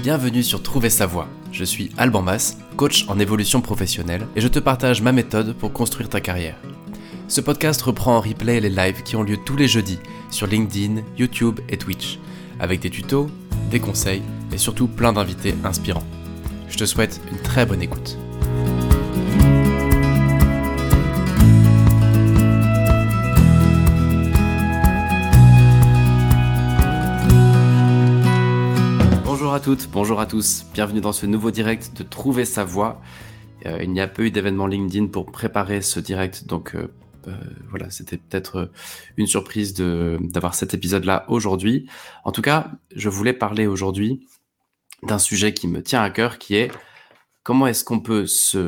Bienvenue sur Trouver sa voie. Je suis Alban Mas, coach en évolution professionnelle et je te partage ma méthode pour construire ta carrière. Ce podcast reprend en replay les lives qui ont lieu tous les jeudis sur LinkedIn, YouTube et Twitch, avec des tutos, des conseils et surtout plein d'invités inspirants. Je te souhaite une très bonne écoute. Bonjour à toutes, bonjour à tous, bienvenue dans ce nouveau direct de Trouver sa voie. Il n'y a pas eu d'événement LinkedIn pour préparer ce direct, donc voilà, c'était peut-être une surprise d'avoir cet épisode-là aujourd'hui. En tout cas, je voulais parler aujourd'hui d'un sujet qui me tient à cœur, qui est comment est-ce qu'on peut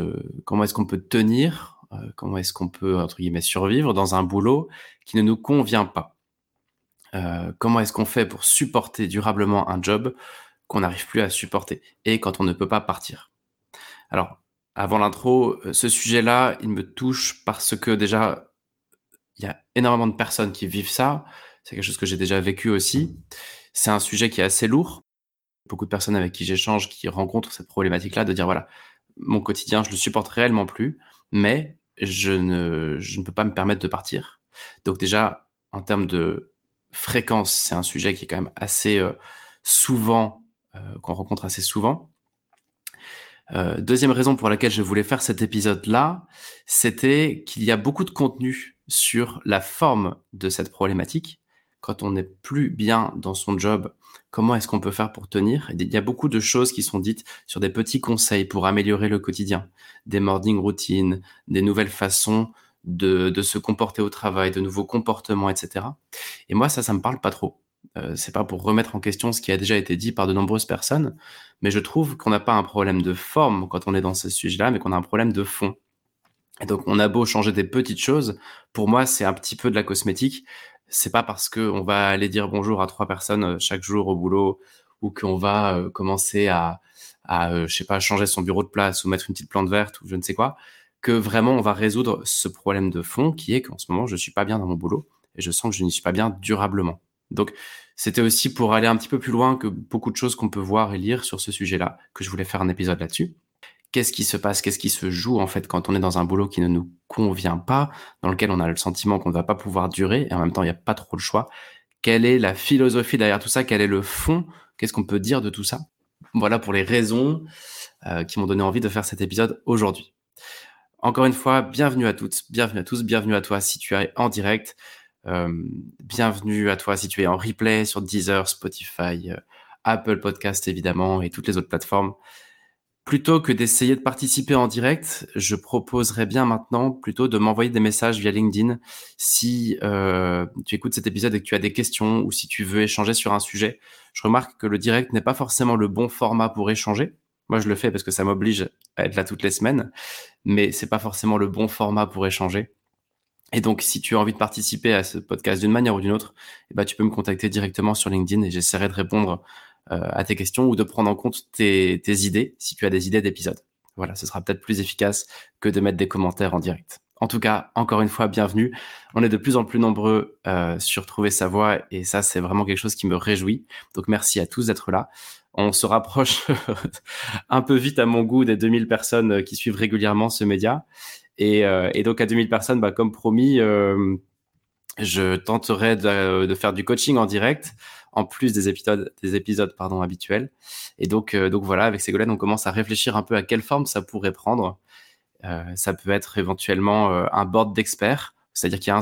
tenir, comment est-ce qu'on peut, entre guillemets, survivre dans un boulot qui ne nous convient pas. Comment est-ce qu'on fait pour supporter durablement un job qu'on n'arrive plus à supporter et quand on ne peut pas partir. Alors, avant l'intro, ce sujet-là, il me touche parce que déjà, il y a énormément de personnes qui vivent ça. C'est quelque chose que j'ai déjà vécu aussi. C'est un sujet qui est assez lourd. Beaucoup de personnes avec qui j'échange qui rencontrent cette problématique-là de dire voilà, mon quotidien, je le supporte réellement plus, mais je ne peux pas me permettre de partir. Donc déjà, en termes de fréquence, c'est un sujet qui est quand même assez souvent qu'on rencontre assez souvent. Deuxième raison pour laquelle je voulais faire cet épisode-là, c'était qu'il y a beaucoup de contenu sur la forme de cette problématique. Quand on n'est plus bien dans son job, comment est-ce qu'on peut faire pour tenir ? Il y a beaucoup de choses qui sont dites sur des petits conseils pour améliorer le quotidien, des morning routines, des nouvelles façons de se comporter au travail, de nouveaux comportements, etc. Et moi, ça me parle pas trop. C'est pas pour remettre en question ce qui a déjà été dit par de nombreuses personnes, mais je trouve qu'on n'a pas un problème de forme quand on est dans ce sujet-là, mais qu'on a un problème de fond. Et donc, on a beau changer des petites choses, pour moi, c'est un petit peu de la cosmétique. C'est pas parce qu'on va aller dire bonjour à 3 personnes chaque jour au boulot, ou qu'on va commencer à je sais pas, changer son bureau de place ou mettre une petite plante verte ou je ne sais quoi, que vraiment on va résoudre ce problème de fond qui est qu'en ce moment, je suis pas bien dans mon boulot et je sens que je n'y suis pas bien durablement. Donc, c'était aussi pour aller un petit peu plus loin que beaucoup de choses qu'on peut voir et lire sur ce sujet-là, que je voulais faire un épisode là-dessus. Qu'est-ce qui se passe, qu'est-ce qui se joue en fait quand on est dans un boulot qui ne nous convient pas, dans lequel on a le sentiment qu'on ne va pas pouvoir durer et en même temps il n'y a pas trop le choix. Quelle est la philosophie derrière tout ça ? Quel est le fond ? Qu'est-ce qu'on peut dire de tout ça ? Voilà pour les raisons qui m'ont donné envie de faire cet épisode aujourd'hui. Encore une fois, bienvenue à toutes, bienvenue à tous, bienvenue à toi si tu es en direct. Bienvenue à toi si tu es en replay sur Deezer, Spotify, Apple Podcast évidemment et toutes les autres plateformes. Plutôt que d'essayer de participer en direct, je proposerais bien maintenant plutôt de m'envoyer des messages via LinkedIn si tu écoutes cet épisode et que tu as des questions ou si tu veux échanger sur un sujet. Je remarque que le direct n'est pas forcément le bon format pour échanger. Moi, je le fais parce que ça m'oblige à être là toutes les semaines, mais c'est pas forcément le bon format pour échanger. Et donc, si tu as envie de participer à ce podcast d'une manière ou d'une autre, tu peux me contacter directement sur LinkedIn et j'essaierai de répondre à tes questions ou de prendre en compte tes idées, si tu as des idées d'épisodes. Voilà, ce sera peut-être plus efficace que de mettre des commentaires en direct. En tout cas, encore une fois, bienvenue. On est de plus en plus nombreux sur Trouver sa voie et ça, c'est vraiment quelque chose qui me réjouit. Donc, merci à tous d'être là. On se rapproche un peu vite à mon goût des 2000 personnes qui suivent régulièrement ce média. Et donc, à 2000 personnes, comme promis, je tenterai de faire du coaching en direct, en plus des épisodes habituels. Et donc voilà, avec Ségolène, on commence à réfléchir un peu à quelle forme ça pourrait prendre. Ça peut être éventuellement un board d'experts, c'est-à-dire qu'il y a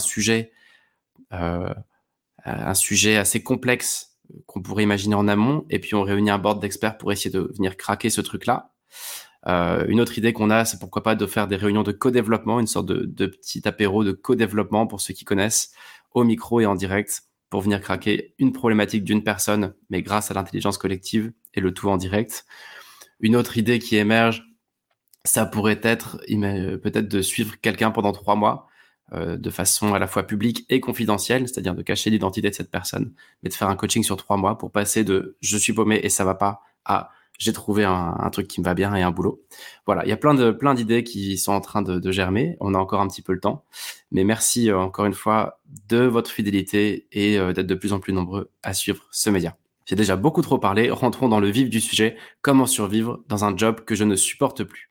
un sujet assez complexe qu'on pourrait imaginer en amont, et puis on réunit un board d'experts pour essayer de venir craquer ce truc-là. Une autre idée qu'on a, c'est pourquoi pas de faire des réunions de co-développement, une sorte de petit apéro de co-développement pour ceux qui connaissent, au micro et en direct, pour venir craquer une problématique d'une personne, mais grâce à l'intelligence collective et le tout en direct. Une autre idée qui émerge, ça pourrait être peut-être de suivre quelqu'un pendant 3 mois, de façon à la fois publique et confidentielle, c'est-à-dire de cacher l'identité de cette personne, mais de faire un coaching sur 3 mois pour passer de « je suis paumé et ça va pas » à j'ai trouvé un truc qui me va bien et un boulot. Voilà, il y a plein d'idées qui sont en train de germer. On a encore un petit peu le temps. Mais merci encore une fois de votre fidélité et d'être de plus en plus nombreux à suivre ce média. J'ai déjà beaucoup trop parlé, rentrons dans le vif du sujet, comment survivre dans un job que je ne supporte plus.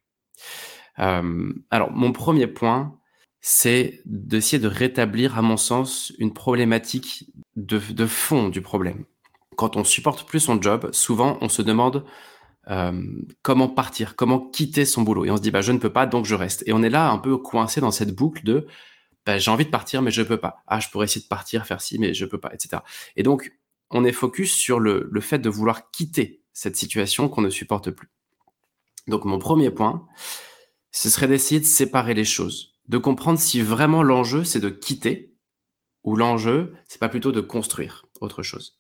Alors, mon premier point, c'est d'essayer de rétablir, à mon sens, une problématique de fond du problème. Quand on supporte plus son job, souvent on se demande comment partir, comment quitter son boulot. Et on se dit, bah, je ne peux pas, donc je reste. Et on est là un peu coincé dans cette boucle de, bah, j'ai envie de partir, mais je peux pas. Ah, je pourrais essayer de partir, faire ci, mais je peux pas, etc. Et donc, on est focus sur le fait de vouloir quitter cette situation qu'on ne supporte plus. Donc, mon premier point, ce serait d'essayer de séparer les choses, de comprendre si vraiment l'enjeu, c'est de quitter, ou l'enjeu, c'est pas plutôt de construire autre chose.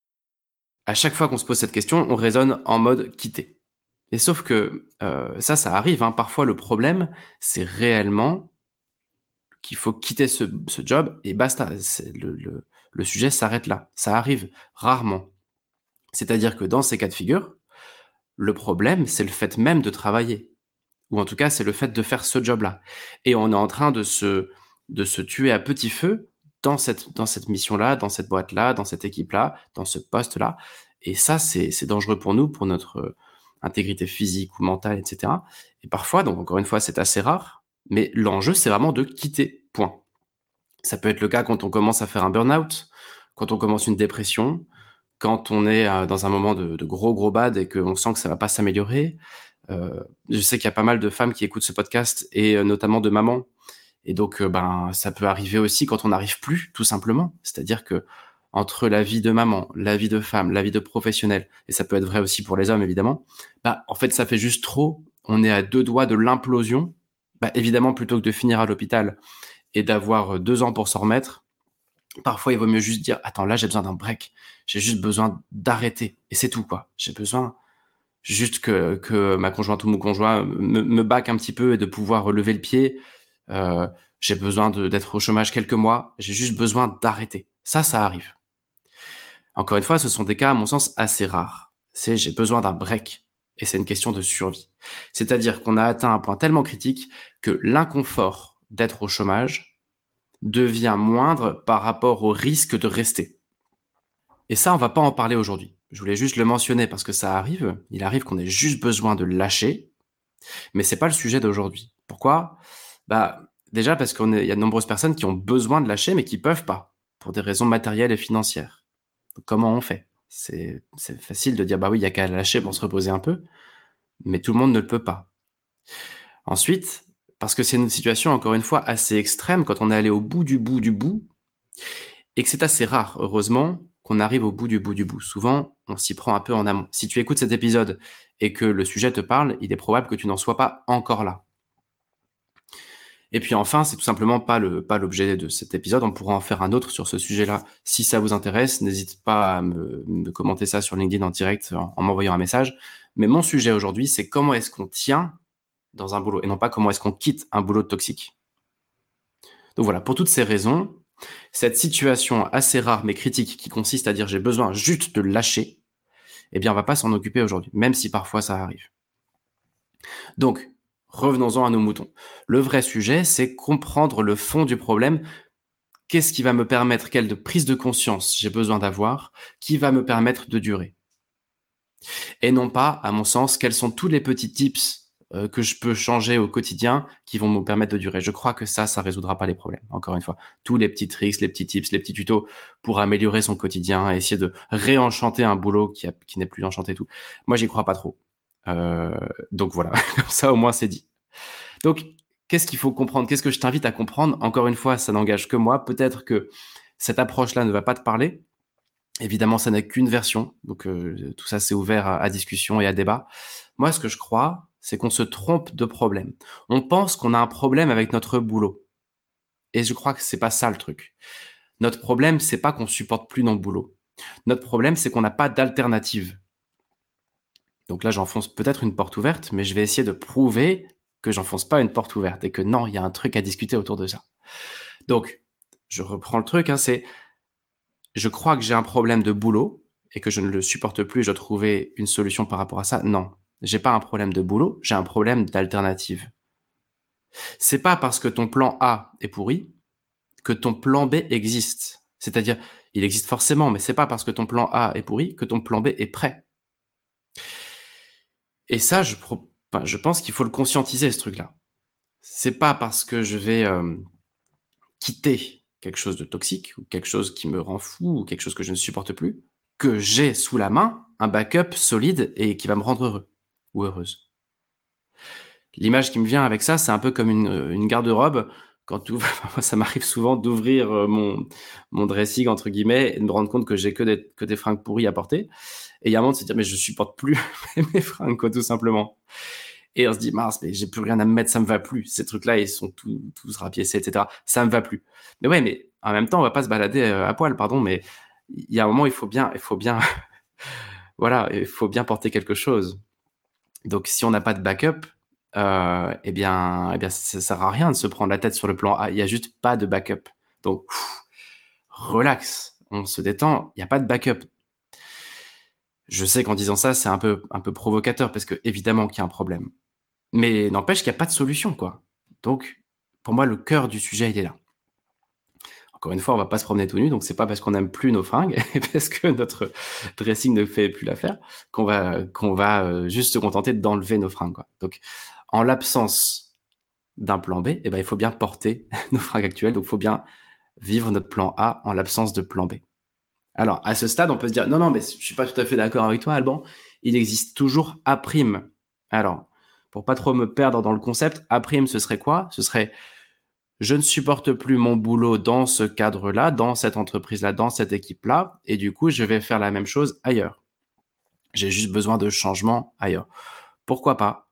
À chaque fois qu'on se pose cette question, on raisonne en mode quitter. Et sauf que ça arrive, hein. Parfois, le problème, c'est réellement qu'il faut quitter ce job et basta. Le sujet s'arrête là. Ça arrive rarement. C'est-à-dire que dans ces cas de figure, le problème, c'est le fait même de travailler. Ou en tout cas, c'est le fait de faire ce job-là. Et on est en train de se tuer à petit feu dans cette mission-là, dans cette boîte-là, dans cette équipe-là, dans ce poste-là. Et ça, c'est dangereux pour nous, pour notre intégrité physique ou mentale, etc. Et parfois, donc encore une fois, c'est assez rare, mais l'enjeu, c'est vraiment de quitter, point. Ça peut être le cas quand on commence à faire un burn-out, quand on commence une dépression, quand on est dans un moment de gros bad et qu'on sent que ça va pas s'améliorer. Je sais qu'il y a pas mal de femmes qui écoutent ce podcast et notamment de mamans. Et donc, ben, ça peut arriver aussi quand on n'arrive plus, tout simplement. C'est-à-dire que entre la vie de maman, la vie de femme, la vie de professionnel, et ça peut être vrai aussi pour les hommes, évidemment, bah, en fait, ça fait juste trop. On est à 2 doigts de l'implosion. Bah, évidemment, plutôt que de finir à l'hôpital et d'avoir 2 ans pour s'en remettre, parfois, il vaut mieux juste dire: «Attends, là, j'ai besoin d'un break. J'ai juste besoin d'arrêter» et c'est tout, quoi. J'ai besoin juste que ma conjointe ou mon conjoint me back un petit peu et de pouvoir relever le pied. Heu, j'ai besoin d'être au chômage quelques mois. J'ai juste besoin d'arrêter. Ça arrive. Encore une fois, ce sont des cas, à mon sens, assez rares. C'est: j'ai besoin d'un break et c'est une question de survie. C'est-à-dire qu'on a atteint un point tellement critique que l'inconfort d'être au chômage devient moindre par rapport au risque de rester. Et ça, on va pas en parler aujourd'hui. Je voulais juste le mentionner parce que ça arrive. Il arrive qu'on ait juste besoin de lâcher, mais c'est pas le sujet d'aujourd'hui. Pourquoi? Bah, déjà parce il y a de nombreuses personnes qui ont besoin de lâcher, mais qui peuvent pas, pour des raisons matérielles et financières. Donc, comment on fait? C'est facile de dire, bah oui, il y a qu'à lâcher pour se reposer un peu, mais tout le monde ne le peut pas. Ensuite, parce que c'est une situation, encore une fois, assez extrême quand on est allé au bout du bout du bout, et que c'est assez rare, heureusement, qu'on arrive au bout du bout du bout. Souvent, on s'y prend un peu en amont. Si tu écoutes cet épisode et que le sujet te parle, il est probable que tu n'en sois pas encore là. Et puis enfin, c'est tout simplement pas l'objet de cet épisode. On pourra en faire un autre sur ce sujet-là. Si ça vous intéresse, n'hésite pas à me commenter ça sur LinkedIn en direct en m'envoyant un message. Mais mon sujet aujourd'hui, c'est comment est-ce qu'on tient dans un boulot et non pas comment est-ce qu'on quitte un boulot toxique. Donc voilà, pour toutes ces raisons, cette situation assez rare mais critique qui consiste à dire j'ai besoin juste de lâcher, eh bien on va pas s'en occuper aujourd'hui, même si parfois ça arrive. Donc, revenons-en à nos moutons. Le vrai sujet, c'est comprendre le fond du problème. Qu'est-ce qui va me permettre, quelle de prise de conscience j'ai besoin d'avoir, qui va me permettre de durer? Et non pas, à mon sens, quels sont tous les petits tips que je peux changer au quotidien qui vont me permettre de durer. Je crois que ça résoudra pas les problèmes. Encore une fois, tous les petits tricks, les petits tips, les petits tutos pour améliorer son quotidien, essayer de réenchanter un boulot qui n'est plus enchanté et tout. Moi, j'y crois pas trop. Euh, donc voilà, comme ça au moins c'est dit. Donc, qu'est-ce qu'il faut comprendre? Qu'est-ce que je t'invite à comprendre? Encore une fois, ça n'engage que moi. Peut-être que cette approche-là ne va pas te parler. Évidemment, ça n'est qu'une version, donc tout ça, c'est ouvert à discussion et à débat. Moi, ce que je crois, c'est qu'on se trompe de problème. On pense qu'on a un problème avec notre boulot et je crois que c'est pas ça le truc. Notre problème, c'est pas qu'on supporte plus notre boulot. Notre problème, c'est qu'on n'a pas d'alternative. Donc là, j'enfonce peut-être une porte ouverte, mais je vais essayer de prouver que j'enfonce pas une porte ouverte et que non, il y a un truc à discuter autour de ça. Donc, je reprends le truc, hein, c'est je crois que j'ai un problème de boulot et que je ne le supporte plus, je dois trouver une solution par rapport à ça. Non, j'ai pas un problème de boulot, j'ai un problème d'alternative. C'est pas parce que ton plan A est pourri que ton plan B existe. C'est-à-dire, Il existe forcément, mais c'est pas parce que ton plan A est pourri que ton plan B est prêt. Et ça, enfin, je pense qu'il faut le conscientiser, ce truc-là. C'est pas parce que je vais quitter quelque chose de toxique ou quelque chose qui me rend fou ou quelque chose que je ne supporte plus que j'ai sous la main un backup solide et qui va me rendre heureux ou heureuse. L'image qui me vient avec ça, c'est un peu comme une garde-robe. Quand tu ouvres, ça m'arrive souvent d'ouvrir mon dressing entre guillemets et de me rendre compte que j'ai que des fringues pourries à porter. Et il y a un moment de se dire mais je supporte plus mes fringues quoi, tout simplement. Et on se dit mince mais j'ai plus rien à me mettre, ça me va plus. Ces trucs-là ils sont tous rapiécés etc. Ça me va plus. Mais ouais mais en même temps on va pas se balader à poil pardon mais il y a un moment il faut bien voilà il faut bien porter quelque chose. Donc si on n'a pas de backup, ça sert à rien de se prendre la tête sur le plan A. Il y a juste pas de backup. Donc relax, on se détend, il y a pas de backup. Je sais qu'en disant ça, c'est un peu provocateur parce que évidemment qu'il y a un problème. Mais n'empêche qu'il y a pas de solution, quoi. Donc pour moi, le cœur du sujet, il est là. Encore une fois, on va pas se promener tout nu, donc c'est pas parce qu'on n'aime plus nos fringues et parce que notre dressing ne fait plus l'affaire qu'on va juste se contenter d'enlever nos fringues, quoi. Donc en l'absence d'un plan B, eh ben, il faut bien porter nos fringues actuelles, donc il faut bien vivre notre plan A en l'absence de plan B. Alors, à ce stade, on peut se dire, non, non, mais je suis pas tout à fait d'accord avec toi, Alban, il existe toujours A'. Alors, pour pas trop me perdre dans le concept, A', ce serait quoi? Ce serait, je ne supporte plus mon boulot dans ce cadre-là, dans cette entreprise-là, dans cette équipe-là, et du coup, je vais faire la même chose ailleurs. J'ai juste besoin de changement ailleurs. Pourquoi pas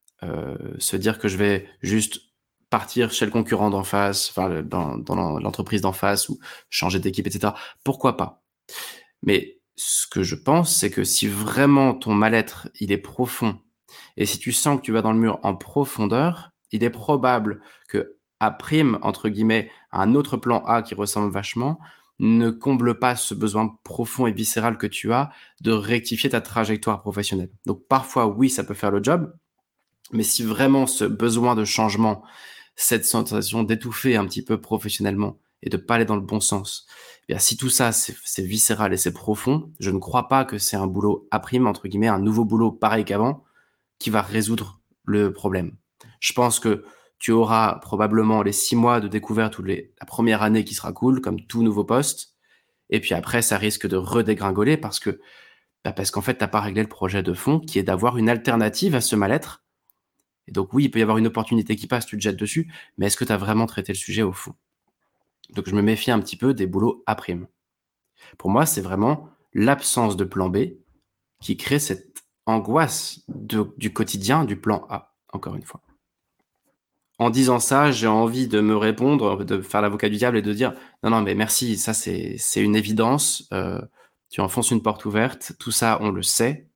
se dire que je vais juste partir chez le concurrent d'en face, enfin dans l'entreprise d'en face ou changer d'équipe, etc. Pourquoi pas? Mais ce que je pense, c'est que si vraiment ton mal-être, il est profond, et si tu sens que tu vas dans le mur en profondeur, il est probable que A', entre guillemets, un autre plan A qui ressemble vachement, ne comble pas ce besoin profond et viscéral que tu as de rectifier ta trajectoire professionnelle. Donc parfois, oui, ça peut faire le job, mais si vraiment ce besoin de changement, cette sensation d'étouffer un petit peu professionnellement et de pas aller dans le bon sens, eh bien, si tout ça, c'est viscéral et c'est profond, je ne crois pas que c'est un boulot A', entre guillemets, un nouveau boulot pareil qu'avant, qui va résoudre le problème. Je pense que tu auras probablement les 6 mois de découverte ou la première année qui sera cool, comme tout nouveau poste. Et puis après, ça risque de redégringoler parce qu'en fait, t'as pas réglé le projet de fond qui est d'avoir une alternative à ce mal-être. Et donc oui, il peut y avoir une opportunité qui passe, tu te jettes dessus, mais est-ce que tu as vraiment traité le sujet au fond? Donc je me méfie un petit peu des boulots A'. Pour moi, c'est vraiment l'absence de plan B qui crée cette angoisse du quotidien du plan A, encore une fois. En disant ça, j'ai envie de me répondre, de faire l'avocat du diable et de dire non, non, mais merci, ça c'est une évidence. Tu enfonces une porte ouverte, tout ça on le sait.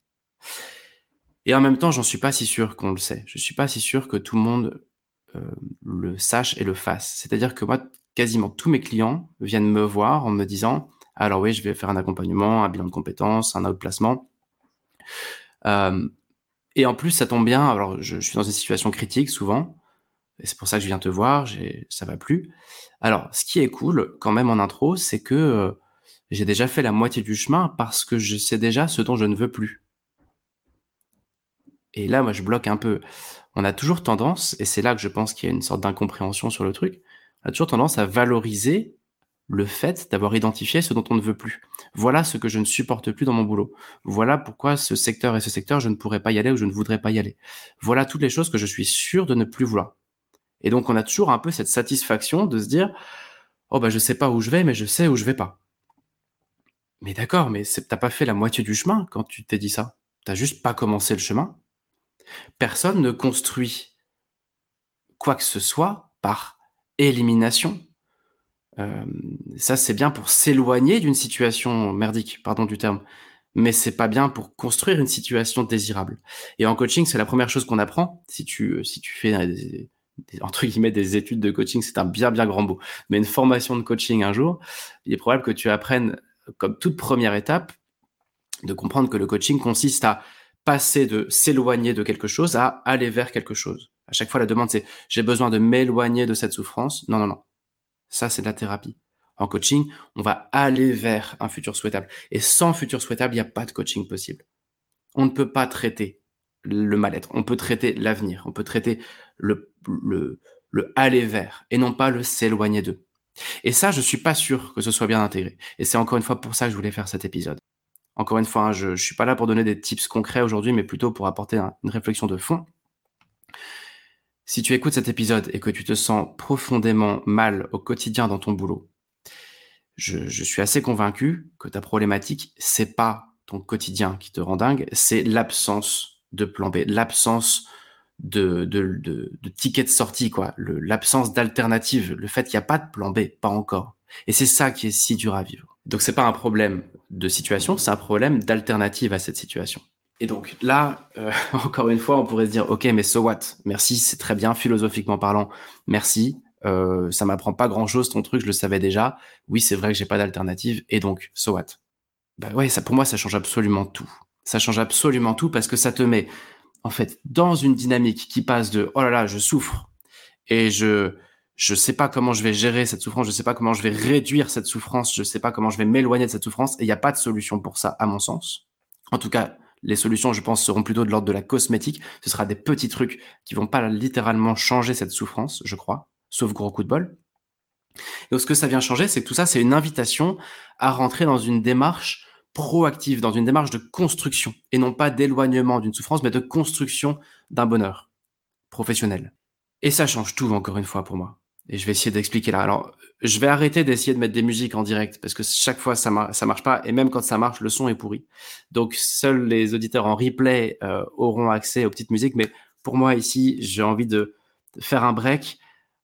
Et en même temps, j'en suis pas si sûr qu'on le sait. Je suis pas si sûr que tout le monde le sache et le fasse. C'est-à-dire que moi, quasiment tous mes clients viennent me voir en me disant alors oui, je vais faire un accompagnement, un bilan de compétences, un outplacement. Et en plus, ça tombe bien. Alors, je suis dans une situation critique souvent, et c'est pour ça que je viens te voir. Ça va plus. Alors, ce qui est cool quand même en intro, c'est que j'ai déjà fait la moitié du chemin parce que je sais déjà ce dont je ne veux plus. Et là, moi, je bloque un peu. On a toujours tendance, et c'est là que je pense qu'il y a une sorte d'incompréhension sur le truc, on a toujours tendance à valoriser le fait d'avoir identifié ce dont on ne veut plus. Voilà ce que je ne supporte plus dans mon boulot. Voilà pourquoi ce secteur et ce secteur, je ne pourrais pas y aller ou je ne voudrais pas y aller. Voilà toutes les choses que je suis sûr de ne plus vouloir. Et donc, on a toujours un peu cette satisfaction de se dire, oh bah je sais pas où je vais, mais je sais où je vais pas. Mais d'accord, mais t'as pas fait la moitié du chemin quand tu t'es dit ça. T'as juste pas commencé le chemin. Personne ne construit quoi que ce soit par élimination. Ça, c'est bien pour s'éloigner d'une situation merdique, pardon du terme, mais c'est pas bien pour construire une situation désirable. Et en coaching, c'est la première chose qu'on apprend. Si tu fais entre guillemets des études de coaching, c'est un bien bien grand mot, mais une formation de coaching un jour, il est probable que tu apprennes comme toute première étape de comprendre que le coaching consiste à passer de s'éloigner de quelque chose à aller vers quelque chose. À chaque fois, la demande c'est j'ai besoin de m'éloigner de cette souffrance. Non, non, non. Ça, c'est de la thérapie. En coaching, on va aller vers un futur souhaitable. Et sans futur souhaitable, il n'y a pas de coaching possible. On ne peut pas traiter le mal-être. On peut traiter l'avenir. On peut traiter le, le, le aller vers et non pas le s'éloigner d'eux. Et ça, je suis pas sûr que ce soit bien intégré. Et c'est encore une fois pour ça que je voulais faire cet épisode. Encore une fois, hein, je suis pas là pour donner des tips concrets aujourd'hui, mais plutôt pour apporter une réflexion de fond. Si tu écoutes cet épisode et que tu te sens profondément mal au quotidien dans ton boulot, je suis assez convaincu que ta problématique, c'est pas ton quotidien qui te rend dingue, c'est l'absence de plan B, l'absence de ticket de sortie, quoi, l'absence d'alternative, le fait qu'il n'y a pas de plan B, pas encore. Et c'est ça qui est si dur à vivre. Donc c'est pas un problème de situation, c'est un problème d'alternative à cette situation. Et donc là, encore une fois, on pourrait se dire, ok, mais so what? Merci, c'est très bien, philosophiquement parlant, merci. Ça m'apprend pas grand-chose ton truc, je le savais déjà. Oui, c'est vrai que j'ai pas d'alternative, et donc, so what? Bah ouais, ça, pour moi, ça change absolument tout. Ça change absolument tout parce que ça te met, en fait, dans une dynamique qui passe de, oh là là, je souffre, et je sais pas comment je vais gérer cette souffrance, je sais pas comment je vais réduire cette souffrance, je sais pas comment je vais m'éloigner de cette souffrance, et il n'y a pas de solution pour ça, à mon sens. En tout cas, les solutions, je pense, seront plutôt de l'ordre de la cosmétique. Ce sera des petits trucs qui vont pas littéralement changer cette souffrance, je crois, sauf gros coup de bol. Donc, ce que ça vient changer, c'est que tout ça, c'est une invitation à rentrer dans une démarche proactive, dans une démarche de construction, et non pas d'éloignement d'une souffrance, mais de construction d'un bonheur professionnel. Et ça change tout, encore une fois, pour moi. Et je vais essayer d'expliquer là. Alors, je vais arrêter d'essayer de mettre des musiques en direct, parce que chaque fois, ça marche pas, et même quand ça marche, le son est pourri. Donc, seuls les auditeurs en replay auront accès aux petites musiques, mais pour moi, ici, j'ai envie de faire un break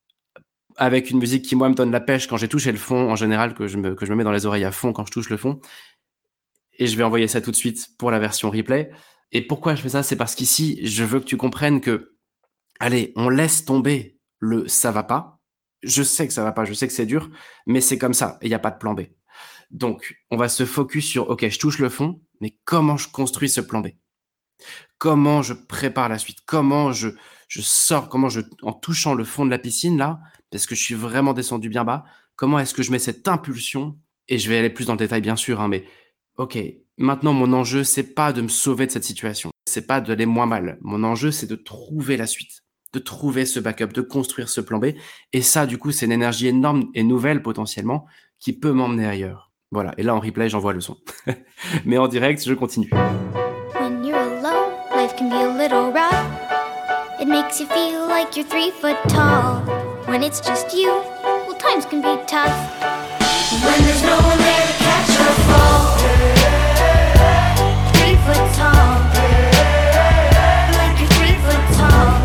avec une musique qui, moi, me donne la pêche quand j'ai touché le fond, en général, que je me mets dans les oreilles à fond quand je touche le fond. Et je vais envoyer ça tout de suite pour la version replay. Et pourquoi je fais ça? C'est parce qu'ici, je veux que tu comprennes que, allez, on laisse tomber le ça va pas. Je sais que ça va pas, je sais que c'est dur, mais c'est comme ça, et il n'y a pas de plan B. Donc, on va se focus sur, ok, je touche le fond, mais comment je construis ce plan B? Comment je prépare la suite? Comment je sors? En touchant le fond de la piscine, là, parce que je suis vraiment descendu bien bas, comment est-ce que je mets cette impulsion? Et je vais aller plus dans le détail, bien sûr, hein, mais ok, maintenant, mon enjeu, c'est pas de me sauver de cette situation. C'est pas d'aller moins mal. Mon enjeu, c'est de trouver la suite, de trouver ce backup, de construire ce plan B. Et ça, du coup, c'est une énergie énorme et nouvelle, potentiellement, qui peut m'emmener ailleurs. Voilà. Et là, en replay, j'envoie le son. Mais en direct, je continue. When you're alone, life can be a little rough. It makes you feel like you're 3 foot tall. When it's just you, well, times can be tough. When there's no one there to catch your fall. 3 foot tall. Like you're 3 foot tall.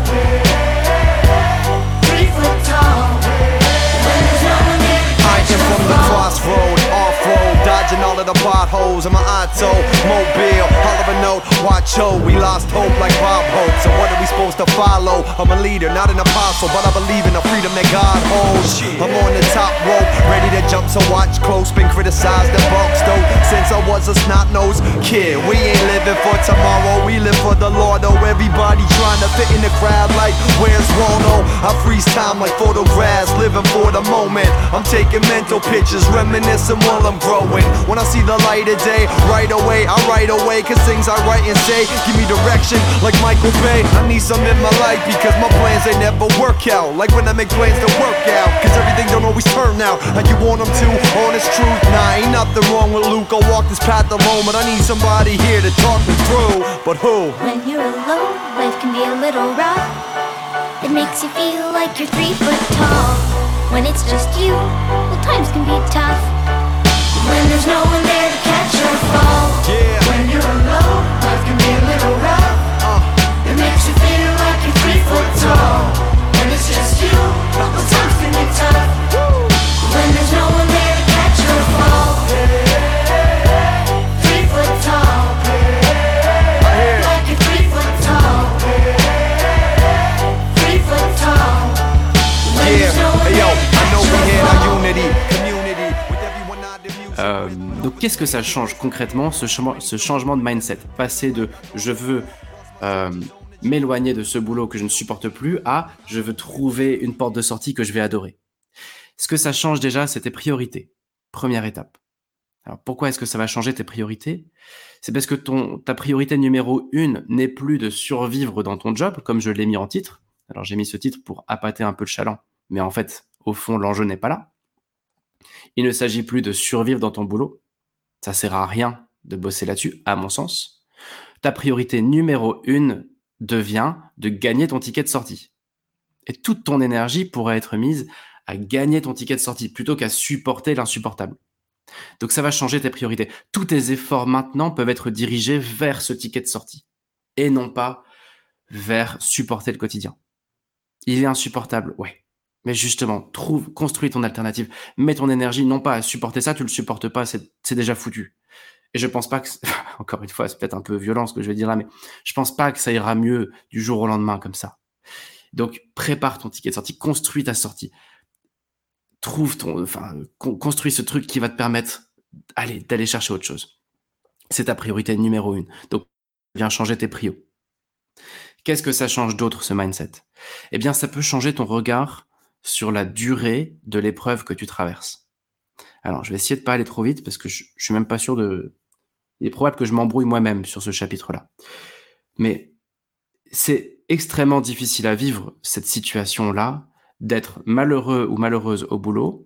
3 foot tall. When there's no one there to I catch am your from the fall. crossroad, off-road, dodging all of the potholes in my auto, mobile, holler a note, watch ho, we lost hope like Bob Hope, so what are we supposed to follow? I'm a leader, not an apostle, but I believe in the freedom that God holds. I'm on the top rope, ready to jump, so watch close, been criticized and boxed though, since I was a snot-nosed kid. We ain't living for tomorrow, we live for the Lord, oh, everybody trying to fit in the crowd like, where's Waldo? I freeze time like photographs, living for the moment, I'm taking mental pictures, reminiscing while I'm growing. When I see the light of day, right away, I write away, cause things I write and say give me direction like Michael Bay. I need some in my life because my plans they never work out, like when I make plans to work out, cause everything don't always turn out how you want them to. Honest truth, nah, ain't nothing wrong with Luke, I'll walk this path alone, but I need somebody here to talk me through. But who? When you're alone, life can be a little rough. It makes you feel like you're 3 foot tall. When it's just you, well, times can be tough. When there's no one there to catch your fall. Yeah. When you're alone, life can be a little rough. It makes you feel like you're 3 foot tall. When it's just you, well, times can be tough. When there's no one there to catch your fall. 3 foot tall. Like you're 3 foot tall. 3 foot tall. When Yeah, there's no one hey yo, there to I know catch we your had fall. our unity, community, with everyone out there music. Donc, qu'est-ce que ça change concrètement, ce changement de mindset? Passer de je veux m'éloigner de ce boulot que je ne supporte plus à je veux trouver une porte de sortie que je vais adorer. Ce que ça change déjà, c'est tes priorités. Première étape. Alors pourquoi est-ce que ça va changer tes priorités? C'est parce que ta priorité numéro 1 n'est plus de survivre dans ton job, comme je l'ai mis en titre. Alors j'ai mis ce titre pour appâter un peu le chaland, mais en fait, au fond, l'enjeu n'est pas là. Il ne s'agit plus de survivre dans ton boulot. Ça sert à rien de bosser là-dessus, à mon sens. Ta priorité numéro 1 devient de gagner ton ticket de sortie. Et toute ton énergie pourrait être mise à gagner ton ticket de sortie plutôt qu'à supporter l'insupportable. Donc ça va changer tes priorités. Tous tes efforts maintenant peuvent être dirigés vers ce ticket de sortie et non pas vers supporter le quotidien. Il est insupportable, ouais. Mais justement, construis ton alternative. Mets ton énergie non pas à supporter ça, tu le supportes pas, c'est déjà foutu. Et je pense pas que, encore une fois, c'est peut-être un peu violent ce que je vais dire là, mais je pense pas que ça ira mieux du jour au lendemain comme ça. Donc, prépare ton ticket de sortie, construis ta sortie. Construis ce truc qui va te permettre, d'aller chercher autre chose. C'est ta priorité numéro 1. Donc, viens changer tes prios. Qu'est-ce que ça change d'autre, ce mindset? Eh bien, ça peut changer ton regard sur la durée de l'épreuve que tu traverses. Alors, je vais essayer de pas aller trop vite parce que je suis même pas sûr il est probable que je m'embrouille moi-même sur ce chapitre-là. Mais c'est extrêmement difficile à vivre, cette situation-là, d'être malheureux ou malheureuse au boulot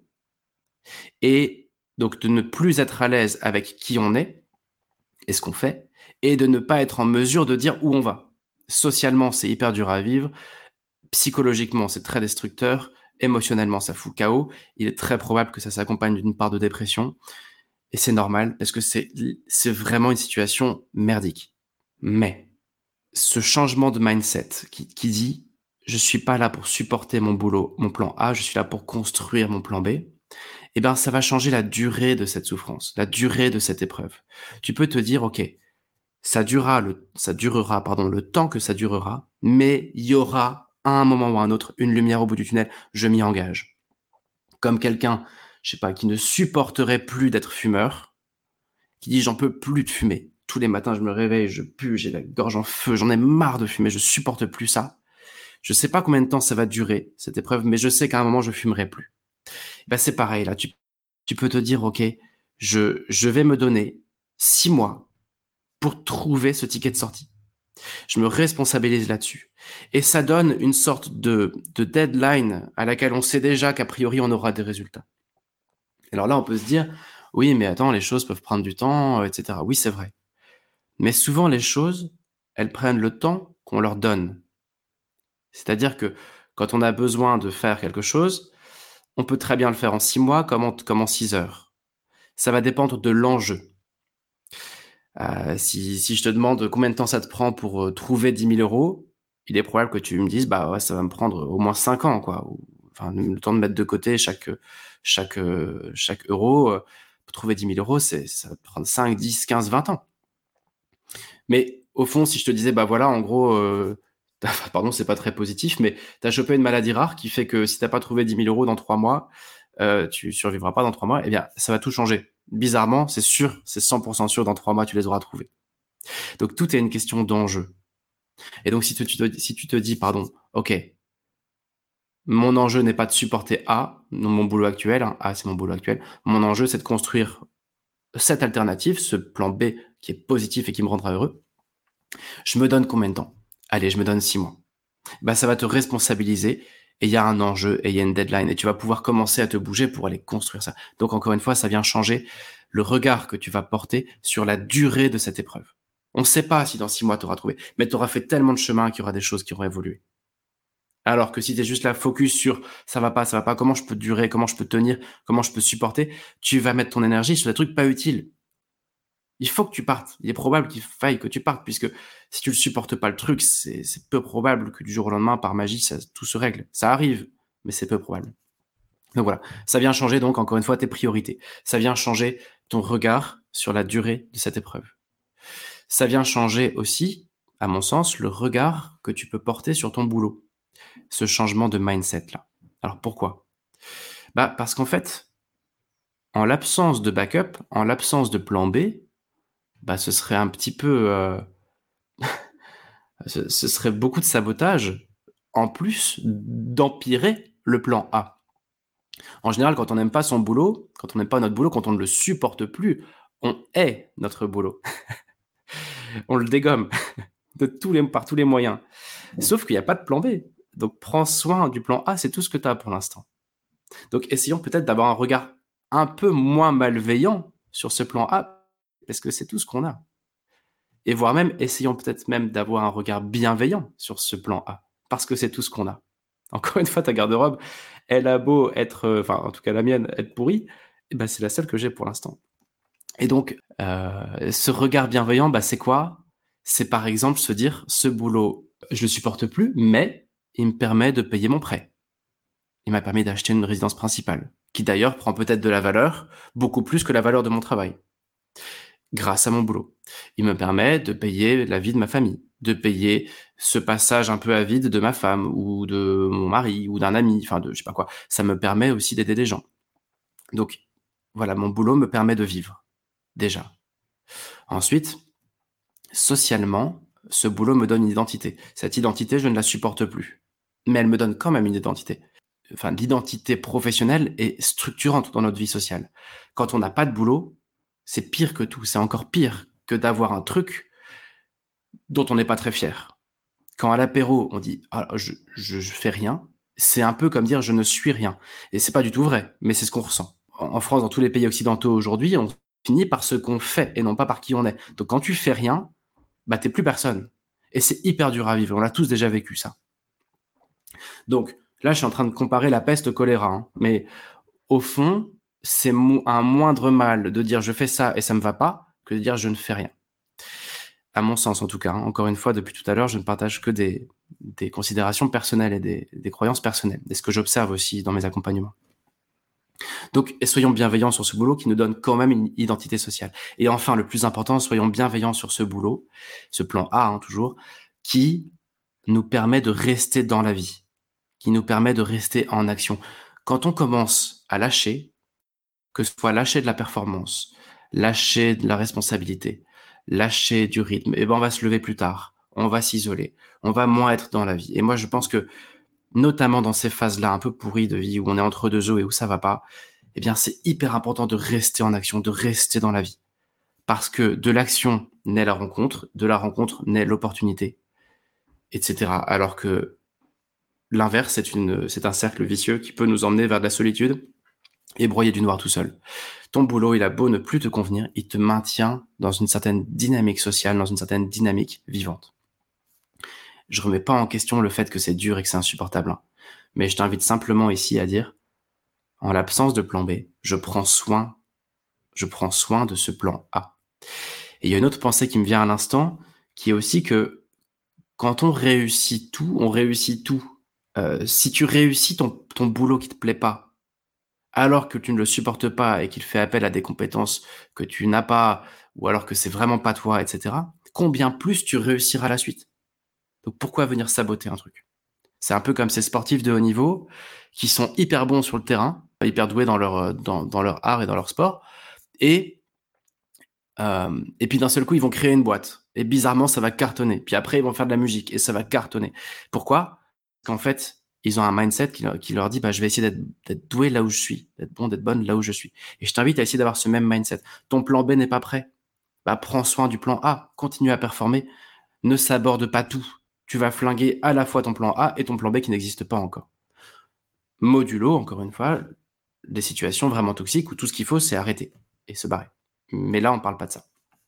et donc de ne plus être à l'aise avec qui on est et ce qu'on fait et de ne pas être en mesure de dire où on va. Socialement, c'est hyper dur à vivre. Psychologiquement, c'est très destructeur. Émotionnellement, ça fout chaos. Il est très probable que ça s'accompagne d'une part de dépression. Et c'est normal parce que c'est vraiment une situation merdique. Mais ce changement de mindset qui dit je suis pas là pour supporter mon boulot, mon plan A, je suis là pour construire mon plan B, eh ben ça va changer la durée de cette souffrance, la durée de cette épreuve. Tu peux te dire OK, ça durera le temps que ça durera, mais il y aura à un moment ou à un autre une lumière au bout du tunnel, je m'y engage. Comme quelqu'un, je sais pas, qui ne supporterait plus d'être fumeur, qui dit j'en peux plus de fumer. Tous les matins, je me réveille, je pue, j'ai la gorge en feu, j'en ai marre de fumer, je supporte plus ça. Je sais pas combien de temps ça va durer, cette épreuve, mais je sais qu'à un moment, je fumerai plus. Ben, c'est pareil, là, tu peux te dire, OK, je vais me donner 6 mois pour trouver ce ticket de sortie. Je me responsabilise là-dessus. Et ça donne une sorte de deadline à laquelle on sait déjà qu'a priori, on aura des résultats. Alors là, on peut se dire, oui, mais attends, les choses peuvent prendre du temps, etc. Oui, c'est vrai. Mais souvent, les choses, elles prennent le temps qu'on leur donne. C'est-à-dire que quand on a besoin de faire quelque chose, on peut très bien le faire en 6 mois comme en 6 heures. Ça va dépendre de l'enjeu. Si je te demande combien de temps ça te prend pour trouver 10 000 euros, il est probable que tu me dises, bah ouais, ça va me prendre au moins 5 ans, quoi. Enfin, le temps de mettre de côté chaque euro. Pour trouver 10 000 euros, ça va te prendre 5, 10, 15, 20 ans. Mais au fond, si je te disais, bah voilà, en gros, pardon, c'est pas très positif, mais t'as chopé une maladie rare qui fait que si t'as pas trouvé 10 000 euros dans 3 mois, tu survivras pas dans 3 mois, eh bien, ça va tout changer. Bizarrement, c'est sûr, c'est 100% sûr, dans 3 mois, tu les auras trouvés. Donc, tout est une question d'enjeu. Et donc, si tu te dis, pardon, OK, mon enjeu n'est pas de supporter A, mon boulot actuel, hein, A, c'est mon boulot actuel. Mon enjeu, c'est de construire cette alternative, ce plan B qui est positif et qui me rendra heureux. Je me donne combien de temps? Allez, je me donne 6 mois. Bah, ça va te responsabiliser et il y a un enjeu et il y a une deadline et tu vas pouvoir commencer à te bouger pour aller construire ça. Donc, encore une fois, ça vient changer le regard que tu vas porter sur la durée de cette épreuve. On ne sait pas si dans 6 mois tu auras trouvé, mais tu auras fait tellement de chemin qu'il y aura des choses qui auront évolué. Alors que si tu es juste là focus sur ça va pas, comment je peux durer, comment je peux tenir, comment je peux supporter, tu vas mettre ton énergie sur des trucs pas utiles. Il faut que tu partes. Il est probable qu'il faille que tu partes, puisque si tu ne supportes pas le truc, c'est peu probable que du jour au lendemain, par magie, tout se règle. Ça arrive, mais c'est peu probable. Donc voilà, ça vient changer donc encore une fois tes priorités. Ça vient changer ton regard sur la durée de cette épreuve. Ça vient changer aussi, à mon sens, le regard que tu peux porter sur ton boulot. Ce changement de mindset-là. Alors pourquoi? Bah parce qu'en fait, en l'absence de backup, en l'absence de plan B, bah ce serait un petit peu... ce serait beaucoup de sabotage, en plus d'empirer le plan A. En général, quand on n'aime pas son boulot, quand on n'aime pas notre boulot, quand on ne le supporte plus, on hait notre boulot. On le dégomme par tous les moyens. Sauf qu'il n'y a pas de plan B. Donc, prends soin du plan A, c'est tout ce que tu as pour l'instant. Donc, essayons peut-être d'avoir un regard un peu moins malveillant sur ce plan A, parce que c'est tout ce qu'on a. Et voire même, essayons peut-être même d'avoir un regard bienveillant sur ce plan A, parce que c'est tout ce qu'on a. Encore une fois, ta garde-robe, elle a beau être, enfin, en tout cas la mienne, être pourrie, eh ben, c'est la seule que j'ai pour l'instant. Et donc, ce regard bienveillant, bah, c'est quoi? C'est par exemple se dire, ce boulot, je le supporte plus, mais il me permet de payer mon prêt. Il m'a permis d'acheter une résidence principale, qui d'ailleurs prend peut-être de la valeur, beaucoup plus que la valeur de mon travail, grâce à mon boulot. Il me permet de payer la vie de ma famille, de payer ce passage un peu à vide de ma femme, ou de mon mari, ou d'un ami, enfin de je sais pas quoi. Ça me permet aussi d'aider des gens. Donc, voilà, mon boulot me permet de vivre, déjà. Ensuite, socialement, ce boulot me donne une identité. Cette identité, je ne la supporte plus. Mais elle me donne quand même une identité. Enfin, l'identité professionnelle est structurante dans notre vie sociale. Quand on n'a pas de boulot, c'est pire que tout. C'est encore pire que d'avoir un truc dont on n'est pas très fier. Quand à l'apéro, on dit ah, je fais rien, c'est un peu comme dire je ne suis rien. Et c'est pas du tout vrai, mais c'est ce qu'on ressent. En France, dans tous les pays occidentaux aujourd'hui, on finit par ce qu'on fait et non pas par qui on est. Donc quand tu fais rien, bah t'es plus personne. Et c'est hyper dur à vivre. On l'a tous déjà vécu ça. Donc là, je suis en train de comparer la peste au choléra, hein. Mais au fond, c'est un moindre mal de dire je fais ça et ça me va pas que de dire je ne fais rien. À mon sens, en tout cas. Hein. Encore une fois, depuis tout à l'heure, je ne partage que des considérations personnelles et des croyances personnelles. Et ce que j'observe aussi dans mes accompagnements. Donc, soyons bienveillants sur ce boulot qui nous donne quand même une identité sociale. Et enfin, le plus important, soyons bienveillants sur ce boulot, ce plan A, hein, toujours, qui nous permet de rester dans la vie, qui nous permet de rester en action. Quand on commence à lâcher, que ce soit lâcher de la performance, lâcher de la responsabilité, lâcher du rythme, et ben on va se lever plus tard, on va s'isoler, on va moins être dans la vie. Et moi, je pense que, notamment dans ces phases-là un peu pourries de vie où on est entre deux eaux et où ça va pas, eh bien, c'est hyper important de rester en action, de rester dans la vie. Parce que de l'action naît la rencontre, de la rencontre naît l'opportunité, etc. Alors que l'inverse, c'est un cercle vicieux qui peut nous emmener vers de la solitude et broyer du noir tout seul. Ton boulot, il a beau ne plus te convenir, il te maintient dans une certaine dynamique sociale, dans une certaine dynamique vivante. Je remets pas en question le fait que c'est dur et que c'est insupportable, hein. Mais je t'invite simplement ici à dire, en l'absence de plan B, je prends soin de ce plan A. Et il y a une autre pensée qui me vient à l'instant, qui est aussi que quand on réussit tout, on réussit tout. Si tu réussis ton boulot qui te plaît pas, alors que tu ne le supportes pas et qu'il fait appel à des compétences que tu n'as pas, ou alors que c'est vraiment pas toi, etc., combien plus tu réussiras la suite? Donc pourquoi venir saboter un truc? C'est un peu comme ces sportifs de haut niveau qui sont hyper bons sur le terrain, hyper doués dans dans leur art et dans leur sport, et puis d'un seul coup, ils vont créer une boîte. Et bizarrement, ça va cartonner. Puis après, ils vont faire de la musique et ça va cartonner. Pourquoi? Parce qu'en fait, ils ont un mindset qui leur dit, bah, je vais essayer d'être doué là où je suis, d'être bon, d'être bonne là où je suis. Et je t'invite à essayer d'avoir ce même mindset. Ton plan B n'est pas prêt. Bah, prends soin du plan A. Continue à performer. Ne s'aborde pas tout. Tu vas flinguer à la fois ton plan A et ton plan B qui n'existe pas encore. Modulo, encore une fois, des situations vraiment toxiques où tout ce qu'il faut, c'est arrêter et se barrer. Mais là, on parle pas de ça.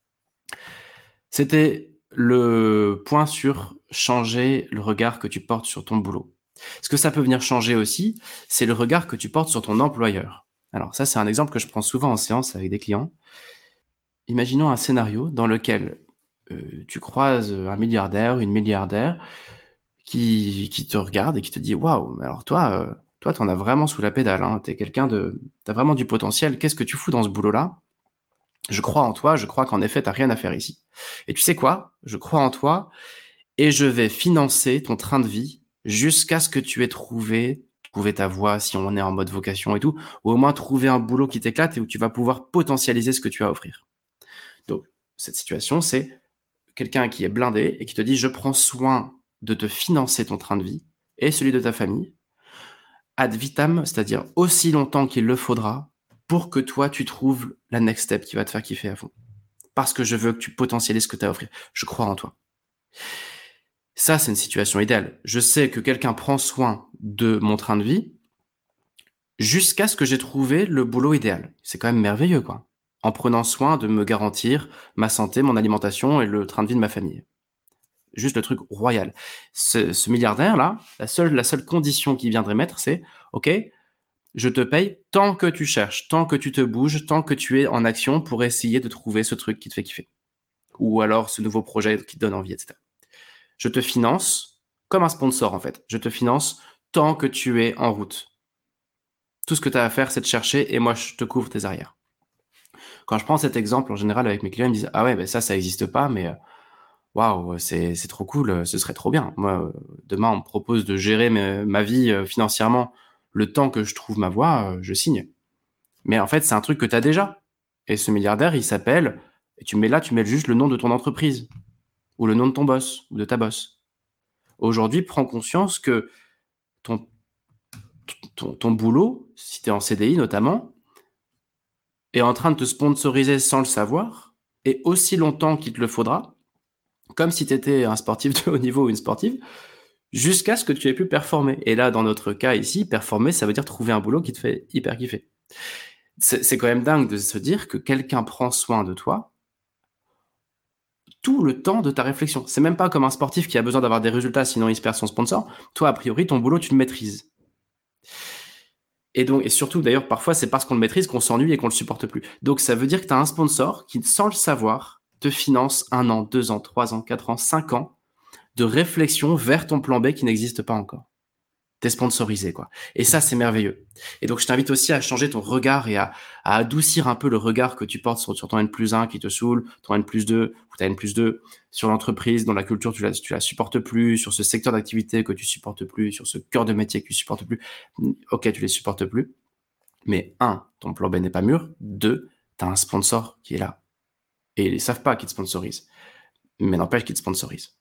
C'était le point sur changer le regard que tu portes sur ton boulot. Ce que ça peut venir changer aussi, c'est le regard que tu portes sur ton employeur. Alors ça, c'est un exemple que je prends souvent en séance avec des clients. Imaginons un scénario dans lequel tu croises un milliardaire, une milliardaire qui te regarde et qui te dit « Waouh, alors toi, t'en as vraiment sous la pédale, hein, t'as vraiment du potentiel, qu'est-ce que tu fous dans ce boulot-là ? Je crois en toi, je crois qu'en effet, t'as rien à faire ici. Et tu sais quoi ? Je crois en toi et je vais financer ton train de vie jusqu'à ce que tu aies trouvé ta voie, si on est en mode vocation et tout, ou au moins trouver un boulot qui t'éclate et où tu vas pouvoir potentialiser ce que tu as à offrir. » Donc, cette situation, c'est quelqu'un qui est blindé et qui te dit « Je prends soin de te financer ton train de vie et celui de ta famille ad vitam, c'est-à-dire aussi longtemps qu'il le faudra pour que toi, tu trouves la next step qui va te faire kiffer à fond. Parce que je veux que tu potentialises ce que tu as à offrir. Je crois en toi. Ça, c'est une situation idéale. Je sais que quelqu'un prend soin de mon train de vie jusqu'à ce que j'ai trouvé le boulot idéal. C'est quand même merveilleux, quoi. En prenant soin de me garantir ma santé, mon alimentation et le train de vie de ma famille. Juste le truc royal. Ce milliardaire-là, la seule condition qu'il viendrait mettre, c'est « Ok, je te paye tant que tu cherches, tant que tu te bouges, tant que tu es en action pour essayer de trouver ce truc qui te fait kiffer. Ou alors ce nouveau projet qui te donne envie, etc. Je te finance comme un sponsor, en fait. Je te finance tant que tu es en route. Tout ce que tu as à faire, c'est de chercher et moi, je te couvre tes arrières. » Quand je prends cet exemple, en général, avec mes clients, ils me disent « Ah ouais, ben ça n'existe pas, mais waouh, c'est trop cool, ce serait trop bien. Moi, demain, on me propose de gérer ma vie financièrement le temps que je trouve ma voie, je signe. » Mais en fait, c'est un truc que tu as déjà. Et ce milliardaire, il s'appelle, et tu mets juste le nom de ton entreprise, ou le nom de ton boss, ou de ta boss. Aujourd'hui, prends conscience que ton boulot, si tu es en CDI notamment, est en train de te sponsoriser sans le savoir, et aussi longtemps qu'il te le faudra, comme si tu étais un sportif de haut niveau ou une sportive, jusqu'à ce que tu aies pu performer. Et là, dans notre cas ici, performer, ça veut dire trouver un boulot qui te fait hyper kiffer. C'est quand même dingue de se dire que quelqu'un prend soin de toi tout le temps de ta réflexion. C'est même pas comme un sportif qui a besoin d'avoir des résultats, sinon il se perd son sponsor. Toi, a priori, ton boulot, tu le maîtrises. Et surtout, d'ailleurs, parfois, c'est parce qu'on le maîtrise qu'on s'ennuie et qu'on le supporte plus. Donc, ça veut dire que tu as un sponsor qui, sans le savoir, te finance 1 an, 2 ans, 3 ans, 4 ans, 5 ans de réflexion vers ton plan B qui n'existe pas encore. T'es sponsorisé, quoi. Et ça, c'est merveilleux. Et donc, je t'invite aussi à changer ton regard et à adoucir un peu le regard que tu portes sur ton N+1 qui te saoule, ton N+2 ou ta N+2, sur l'entreprise dont la culture, tu la supportes plus, sur ce secteur d'activité que tu supportes plus, sur ce cœur de métier que tu supportes plus. Ok, tu les supportes plus. Mais 1, ton plan B n'est pas mûr. 2, t'as un sponsor qui est là. Et ils savent pas qu'ils te sponsorisent. Mais n'empêche qu'ils te sponsorisent.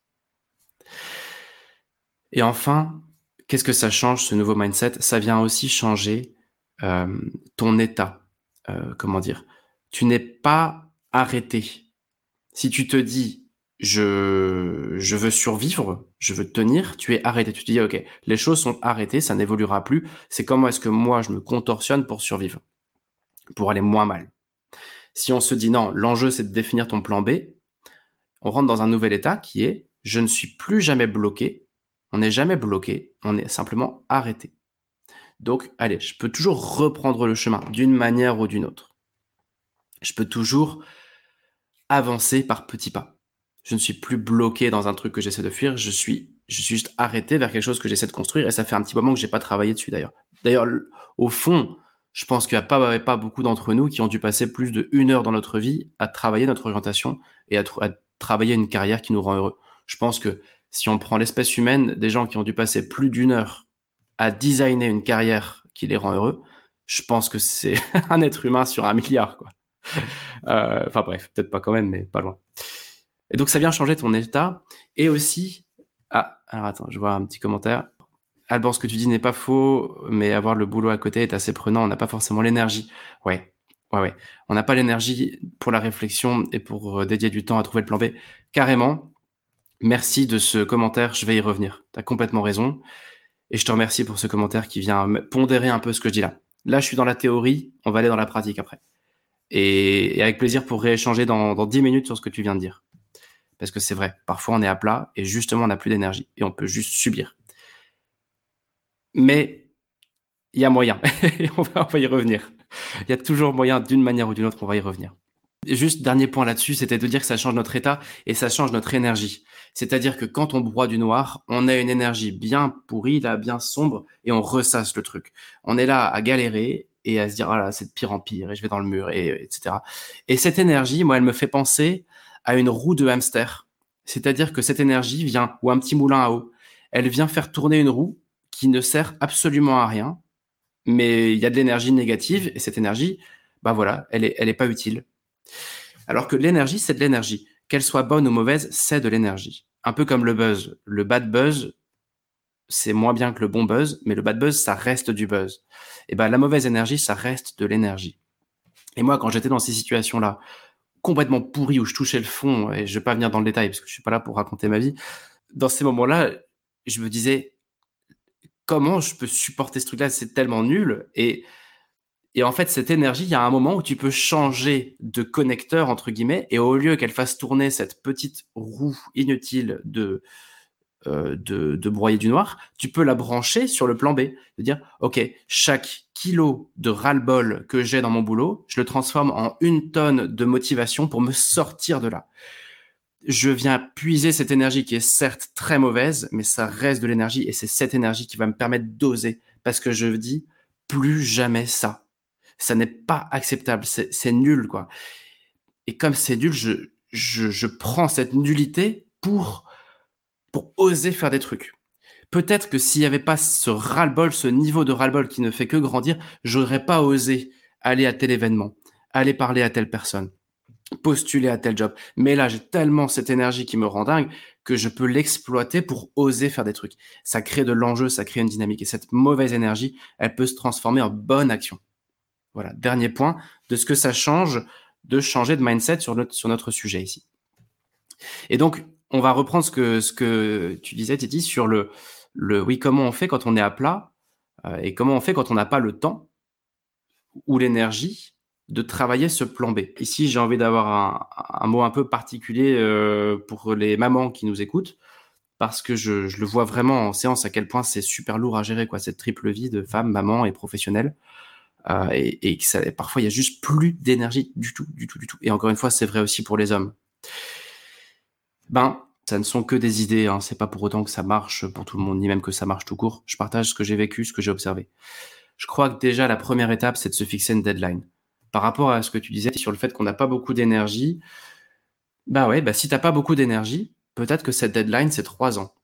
Et enfin, qu'est-ce que ça change, ce nouveau mindset? Ça vient aussi changer ton état. Comment dire? Tu n'es pas arrêté. Si tu te dis, je veux survivre, je veux tenir, tu es arrêté. Tu te dis, ok, les choses sont arrêtées, ça n'évoluera plus. C'est comment est-ce que moi, je me contorsionne pour survivre, pour aller moins mal. Si on se dit, non, l'enjeu, c'est de définir ton plan B, on rentre dans un nouvel état qui est, je ne suis plus jamais bloqué. On n'est jamais bloqué, on est simplement arrêté. Donc, allez, je peux toujours reprendre le chemin d'une manière ou d'une autre. Je peux toujours avancer par petits pas. Je ne suis plus bloqué dans un truc que j'essaie de fuir, je suis juste arrêté vers quelque chose que j'essaie de construire et ça fait un petit moment que j'ai pas travaillé dessus d'ailleurs. D'ailleurs, au fond, je pense qu'il n'y a pas beaucoup d'entre nous qui ont dû passer plus d'1 heure dans notre vie à travailler notre orientation et à travailler une carrière qui nous rend heureux. Je pense que si on prend l'espèce humaine, des gens qui ont dû passer plus d'1 heure à designer une carrière qui les rend heureux, je pense que c'est un être humain sur 1 milliard, quoi. Enfin bref, peut-être pas quand même, mais pas loin. Et donc ça vient changer ton état. Et aussi, alors attends, je vois un petit commentaire. Alban, ce que tu dis n'est pas faux, mais avoir le boulot à côté est assez prenant. On n'a pas forcément l'énergie. Ouais. On n'a pas l'énergie pour la réflexion et pour dédier du temps à trouver le plan B. Carrément. Merci de ce commentaire. Je vais y revenir. T'as complètement raison. Et je te remercie pour ce commentaire qui vient pondérer un peu ce que je dis là. Là, je suis dans la théorie. On va aller dans la pratique après. Et avec plaisir pour rééchanger dans 10 minutes sur ce que tu viens de dire. Parce que c'est vrai, parfois on est à plat et justement on n'a plus d'énergie et on peut juste subir. Mais il y a moyen, et on va y revenir. Il y a toujours moyen d'une manière ou d'une autre, on va y revenir. Et juste dernier point là-dessus, c'était de dire que ça change notre état et ça change notre énergie. C'est-à-dire que quand on broie du noir, on a une énergie bien pourrie, là, bien sombre, et on ressasse le truc. On est là à galérer et à se dire, ah là, c'est de pire en pire, et je vais dans le mur, etc. Et cette énergie, moi, elle me fait penser à une roue de hamster. C'est-à-dire que cette énergie vient, ou un petit moulin à eau, elle vient faire tourner une roue qui ne sert absolument à rien, mais il y a de l'énergie négative, et cette énergie, bah voilà, elle est pas utile. Alors que l'énergie, c'est de l'énergie. Qu'elle soit bonne ou mauvaise, c'est de l'énergie. Un peu comme le buzz. Le bad buzz, c'est moins bien que le bon buzz, mais le bad buzz, ça reste du buzz. Et ben, la mauvaise énergie, ça reste de l'énergie. Et moi, quand j'étais dans ces situations-là, complètement pourries, où je touchais le fond, et je vais pas venir dans le détail, parce que je suis pas là pour raconter ma vie, dans ces moments-là, je me disais, comment je peux supporter ce truc-là? C'est tellement nul. Et en fait, cette énergie, il y a un moment où tu peux changer de connecteur, entre guillemets, et au lieu qu'elle fasse tourner cette petite roue inutile de broyer du noir, tu peux la brancher sur le plan B. De dire, OK, chaque kilo de ras-le-bol que j'ai dans mon boulot, je le transforme en 1 tonne de motivation pour me sortir de là. Je viens puiser cette énergie qui est certes très mauvaise, mais ça reste de l'énergie, et c'est cette énergie qui va me permettre d'oser. Parce que je dis, plus jamais ça. Ça n'est pas acceptable, c'est nul, quoi. Et comme c'est nul, je prends cette nullité pour oser faire des trucs. Peut-être que s'il n'y avait pas ce ras-le-bol, ce niveau de ras-le-bol qui ne fait que grandir, j'aurais pas osé aller à tel événement, aller parler à telle personne, postuler à tel job. Mais là, j'ai tellement cette énergie qui me rend dingue que je peux l'exploiter pour oser faire des trucs. Ça crée de l'enjeu, ça crée une dynamique. Et cette mauvaise énergie, elle peut se transformer en bonne action. Voilà, dernier point de ce que ça change de changer de mindset sur notre sujet ici. Et donc, on va reprendre ce que tu disais, Titi, sur le oui, comment on fait quand on est à plat et comment on fait quand on n'a pas le temps ou l'énergie de travailler ce plan B. Ici, j'ai envie d'avoir un mot un peu particulier pour les mamans qui nous écoutent, parce que je le vois vraiment en séance à quel point c'est super lourd à gérer, quoi, cette triple vie de femme, maman et professionnelle. Et que parfois, il y a juste plus d'énergie du tout. Et encore une fois, c'est vrai aussi pour les hommes. Ça ne sont que des idées, hein. C'est pas pour autant que ça marche pour tout le monde, ni même que ça marche tout court. Je partage ce que j'ai vécu, ce que j'ai observé. Je crois que déjà, la première étape, c'est de se fixer une deadline. Par rapport à ce que tu disais sur le fait qu'on n'a pas beaucoup d'énergie, si t'as pas beaucoup d'énergie, peut-être que cette deadline, c'est 3 ans.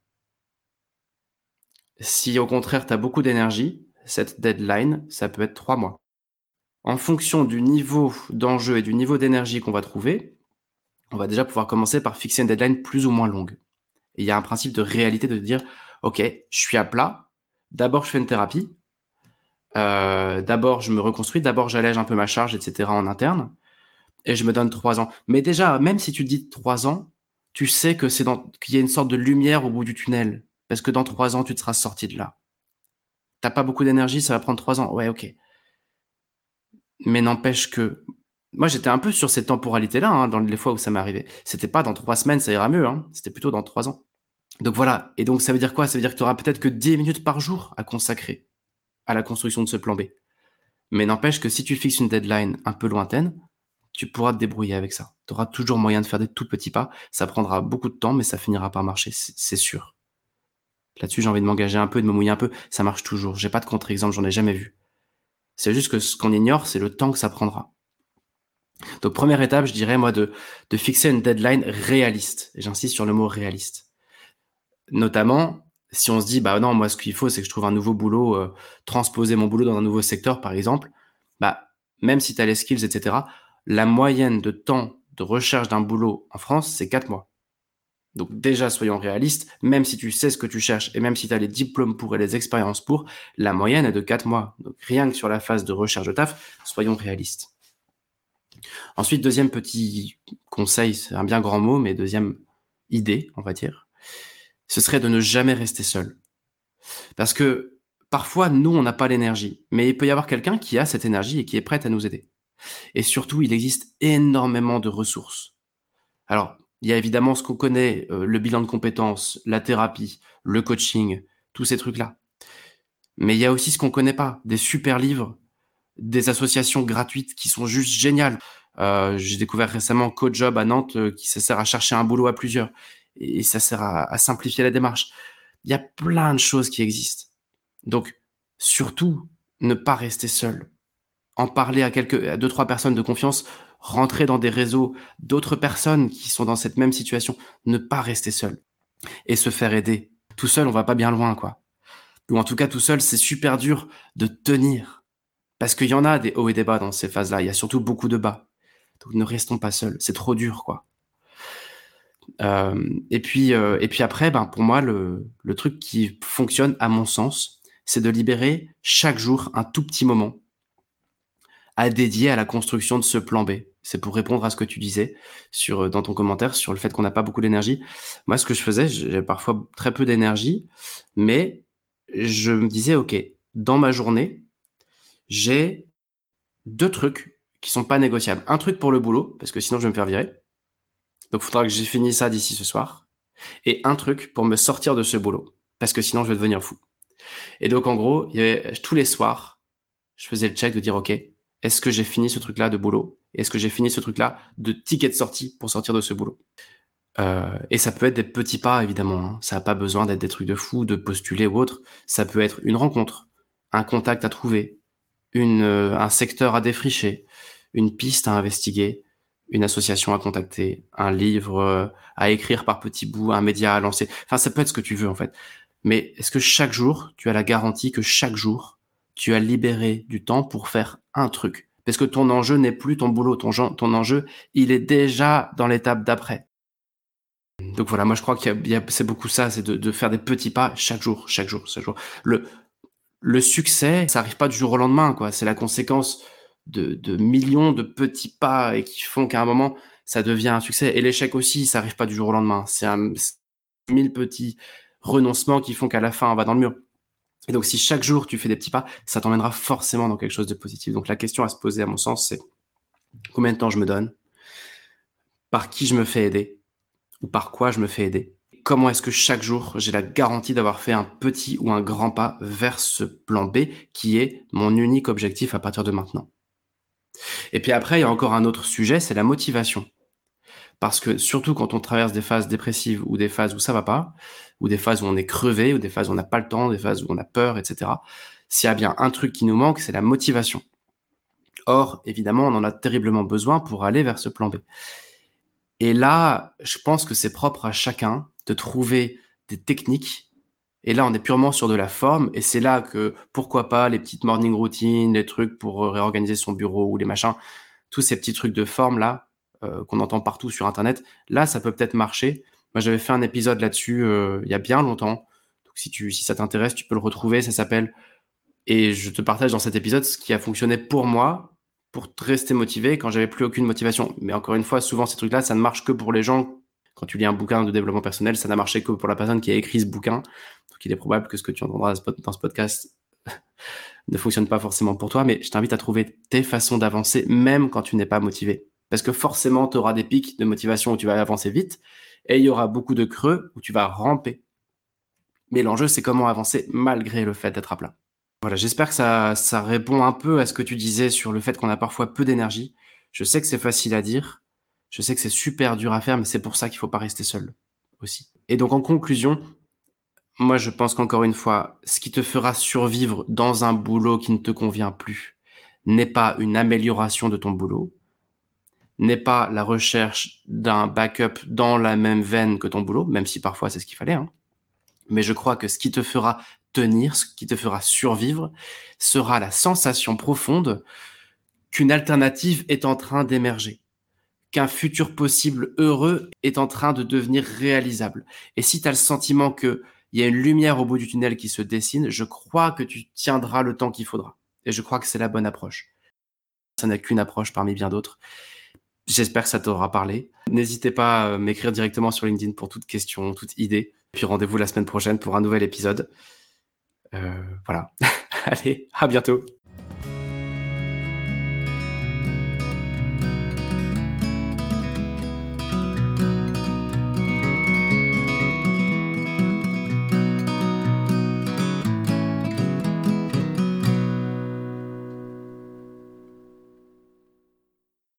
Si au contraire, t'as beaucoup d'énergie, cette deadline, ça peut être 3 mois. En fonction du niveau d'enjeu et du niveau d'énergie qu'on va trouver, on va déjà pouvoir commencer par fixer une deadline plus ou moins longue. Et il y a un principe de réalité de dire, OK, je suis à plat, d'abord je fais une thérapie, d'abord je me reconstruis, d'abord j'allège un peu ma charge, etc. en interne, et je me donne 3 ans. Mais déjà, même si tu te dis 3 ans, tu sais que qu'il y a une sorte de lumière au bout du tunnel, parce que dans 3 ans, tu te seras sorti de là. T'as pas beaucoup d'énergie, ça va prendre 3 ans. Ouais, OK. Mais n'empêche que moi, j'étais un peu sur cette temporalité-là, hein, dans les fois où ça m'est arrivé. C'était pas dans 3 semaines, ça ira mieux, hein. C'était plutôt dans 3 ans. Donc voilà. Et donc, ça veut dire quoi? Ça veut dire que tu auras peut-être que 10 minutes par jour à consacrer à la construction de ce plan B. Mais n'empêche que si tu fixes une deadline un peu lointaine, tu pourras te débrouiller avec ça. Tu auras toujours moyen de faire des tout petits pas. Ça prendra beaucoup de temps, mais ça finira par marcher, c'est sûr. Là-dessus, j'ai envie de m'engager un peu, de me mouiller un peu. Ça marche toujours. J'ai pas de contre-exemple, j'en ai jamais vu. C'est juste que ce qu'on ignore, c'est le temps que ça prendra. Donc, première étape, je dirais, moi, de fixer une deadline réaliste. Et j'insiste sur le mot réaliste. Notamment, si on se dit, bah non, moi, ce qu'il faut, c'est que je trouve un nouveau boulot, transposer mon boulot dans un nouveau secteur, par exemple, même si tu as les skills, etc., la moyenne de temps de recherche d'un boulot en France, c'est 4 mois. Donc déjà, soyons réalistes, même si tu sais ce que tu cherches et même si tu as les diplômes pour et les expériences pour, la moyenne est de 4 mois. Donc rien que sur la phase de recherche de taf, soyons réalistes. Ensuite, deuxième petit conseil, c'est un bien grand mot, mais deuxième idée, on va dire, ce serait de ne jamais rester seul. Parce que parfois, nous, on n'a pas l'énergie, mais il peut y avoir quelqu'un qui a cette énergie et qui est prêt à nous aider. Et surtout, il existe énormément de ressources. Alors, il y a évidemment ce qu'on connaît, le bilan de compétences, la thérapie, le coaching, tous ces trucs-là. Mais il y a aussi ce qu'on connaît pas, des super livres, des associations gratuites qui sont juste géniales. J'ai découvert récemment CoJob à Nantes, qui ça sert à chercher un boulot à plusieurs. Et ça sert à simplifier la démarche. Il y a plein de choses qui existent. Donc, surtout, ne pas rester seul. En parler à 2-3 personnes de confiance, rentrer dans des réseaux d'autres personnes qui sont dans cette même situation, ne pas rester seul et se faire aider. Tout seul, on va pas bien loin, quoi. Ou en tout cas, tout seul, c'est super dur de tenir. Parce qu'il y en a des hauts et des bas dans ces phases-là. Il y a surtout beaucoup de bas. Donc ne restons pas seuls. C'est trop dur, quoi. Et puis après, pour moi, le truc qui fonctionne, à mon sens, c'est de libérer chaque jour un tout petit moment à dédier à la construction de ce plan B. C'est pour répondre à ce que tu disais dans ton commentaire sur le fait qu'on n'a pas beaucoup d'énergie. Moi, ce que je faisais, j'avais parfois très peu d'énergie, mais je me disais: «OK, dans ma journée, j'ai 2 trucs qui sont pas négociables. Un truc pour le boulot, parce que sinon je vais me faire virer, donc il faudra que j'ai fini ça d'ici ce soir, et un truc pour me sortir de ce boulot, parce que sinon je vais devenir fou». Et donc en gros, il y avait tous les soirs, je faisais le check de dire: «OK, est-ce que j'ai fini ce truc-là de boulot? Est-ce que j'ai fini ce truc-là de ticket de sortie pour sortir de ce boulot?» Et ça peut être des petits pas évidemment, hein. Ça a pas besoin d'être des trucs de fou, de postuler ou autre. Ça peut être une rencontre, un contact à trouver, un secteur à défricher, une piste à investiguer, une association à contacter, un livre, à écrire par petits bouts, un média à lancer. Enfin, ça peut être ce que tu veux, en fait. Mais est-ce que chaque jour, tu as la garantie que chaque jour, tu as libéré du temps pour faire un truc? Parce que ton enjeu n'est plus ton boulot, ton enjeu, il est déjà dans l'étape d'après. Donc voilà, moi je crois c'est beaucoup ça, c'est de faire des petits pas chaque jour, chaque jour, chaque jour. Le succès, ça arrive pas du jour au lendemain, quoi. C'est la conséquence de millions de petits pas et qui font qu'à un moment, ça devient un succès. Et l'échec aussi, ça arrive pas du jour au lendemain. C'est 1000 petits renoncements qui font qu'à la fin, on va dans le mur. Et donc, si chaque jour tu fais des petits pas, ça t'emmènera forcément dans quelque chose de positif. Donc, la question à se poser, à mon sens, c'est combien de temps je me donne? Par qui je me fais aider? Ou par quoi je me fais aider? Comment est-ce que chaque jour, j'ai la garantie d'avoir fait un petit ou un grand pas vers ce plan B qui est mon unique objectif à partir de maintenant? Et puis après, il y a encore un autre sujet, c'est la motivation. Parce que surtout quand on traverse des phases dépressives ou des phases où ça va pas, ou des phases où on est crevé, ou des phases où on n'a pas le temps, des phases où on a peur, etc. S'il y a bien un truc qui nous manque, c'est la motivation. Or, évidemment, on en a terriblement besoin pour aller vers ce plan B. Et là, je pense que c'est propre à chacun de trouver des techniques. Et là, on est purement sur de la forme. Et c'est là que, pourquoi pas, les petites morning routines, les trucs pour réorganiser son bureau ou les machins, tous ces petits trucs de forme là, qu'on entend partout sur Internet, là, ça peut peut-être marcher. Moi, j'avais fait un épisode là-dessus il y a bien longtemps. Donc, si ça t'intéresse, tu peux le retrouver. Ça s'appelle et je te partage dans cet épisode ce qui a fonctionné pour moi, pour rester motivé quand j'avais plus aucune motivation. Mais encore une fois, souvent ces trucs-là, ça ne marche que pour les gens. Quand tu lis un bouquin de développement personnel, ça n'a marché que pour la personne qui a écrit ce bouquin. Donc il est probable que ce que tu entendras dans ce podcast ne fonctionne pas forcément pour toi, mais je t'invite à trouver tes façons d'avancer, même quand tu n'es pas motivé. Parce que forcément, tu auras des pics de motivation où tu vas avancer vite, et il y aura beaucoup de creux où tu vas ramper. Mais l'enjeu, c'est comment avancer malgré le fait d'être à plat. Voilà, j'espère que ça répond un peu à ce que tu disais sur le fait qu'on a parfois peu d'énergie. Je sais que c'est facile à dire, je sais que c'est super dur à faire, mais c'est pour ça qu'il faut pas rester seul aussi. Et donc en conclusion, moi je pense qu'encore une fois, ce qui te fera survivre dans un boulot qui ne te convient plus n'est pas une amélioration de ton boulot, n'est pas la recherche d'un backup dans la même veine que ton boulot, même si parfois c'est ce qu'il fallait, hein. Mais je crois que ce qui te fera tenir, ce qui te fera survivre, sera la sensation profonde qu'une alternative est en train d'émerger, qu'un futur possible heureux est en train de devenir réalisable. Et si tu as le sentiment qu'il y a une lumière au bout du tunnel qui se dessine, je crois que tu tiendras le temps qu'il faudra. Et je crois que c'est la bonne approche. Ça n'est qu'une approche parmi bien d'autres. J'espère que ça t'aura parlé. N'hésitez pas à m'écrire directement sur LinkedIn pour toute question, toute idée. Puis rendez-vous la semaine prochaine pour un nouvel épisode. Voilà. Allez, à bientôt.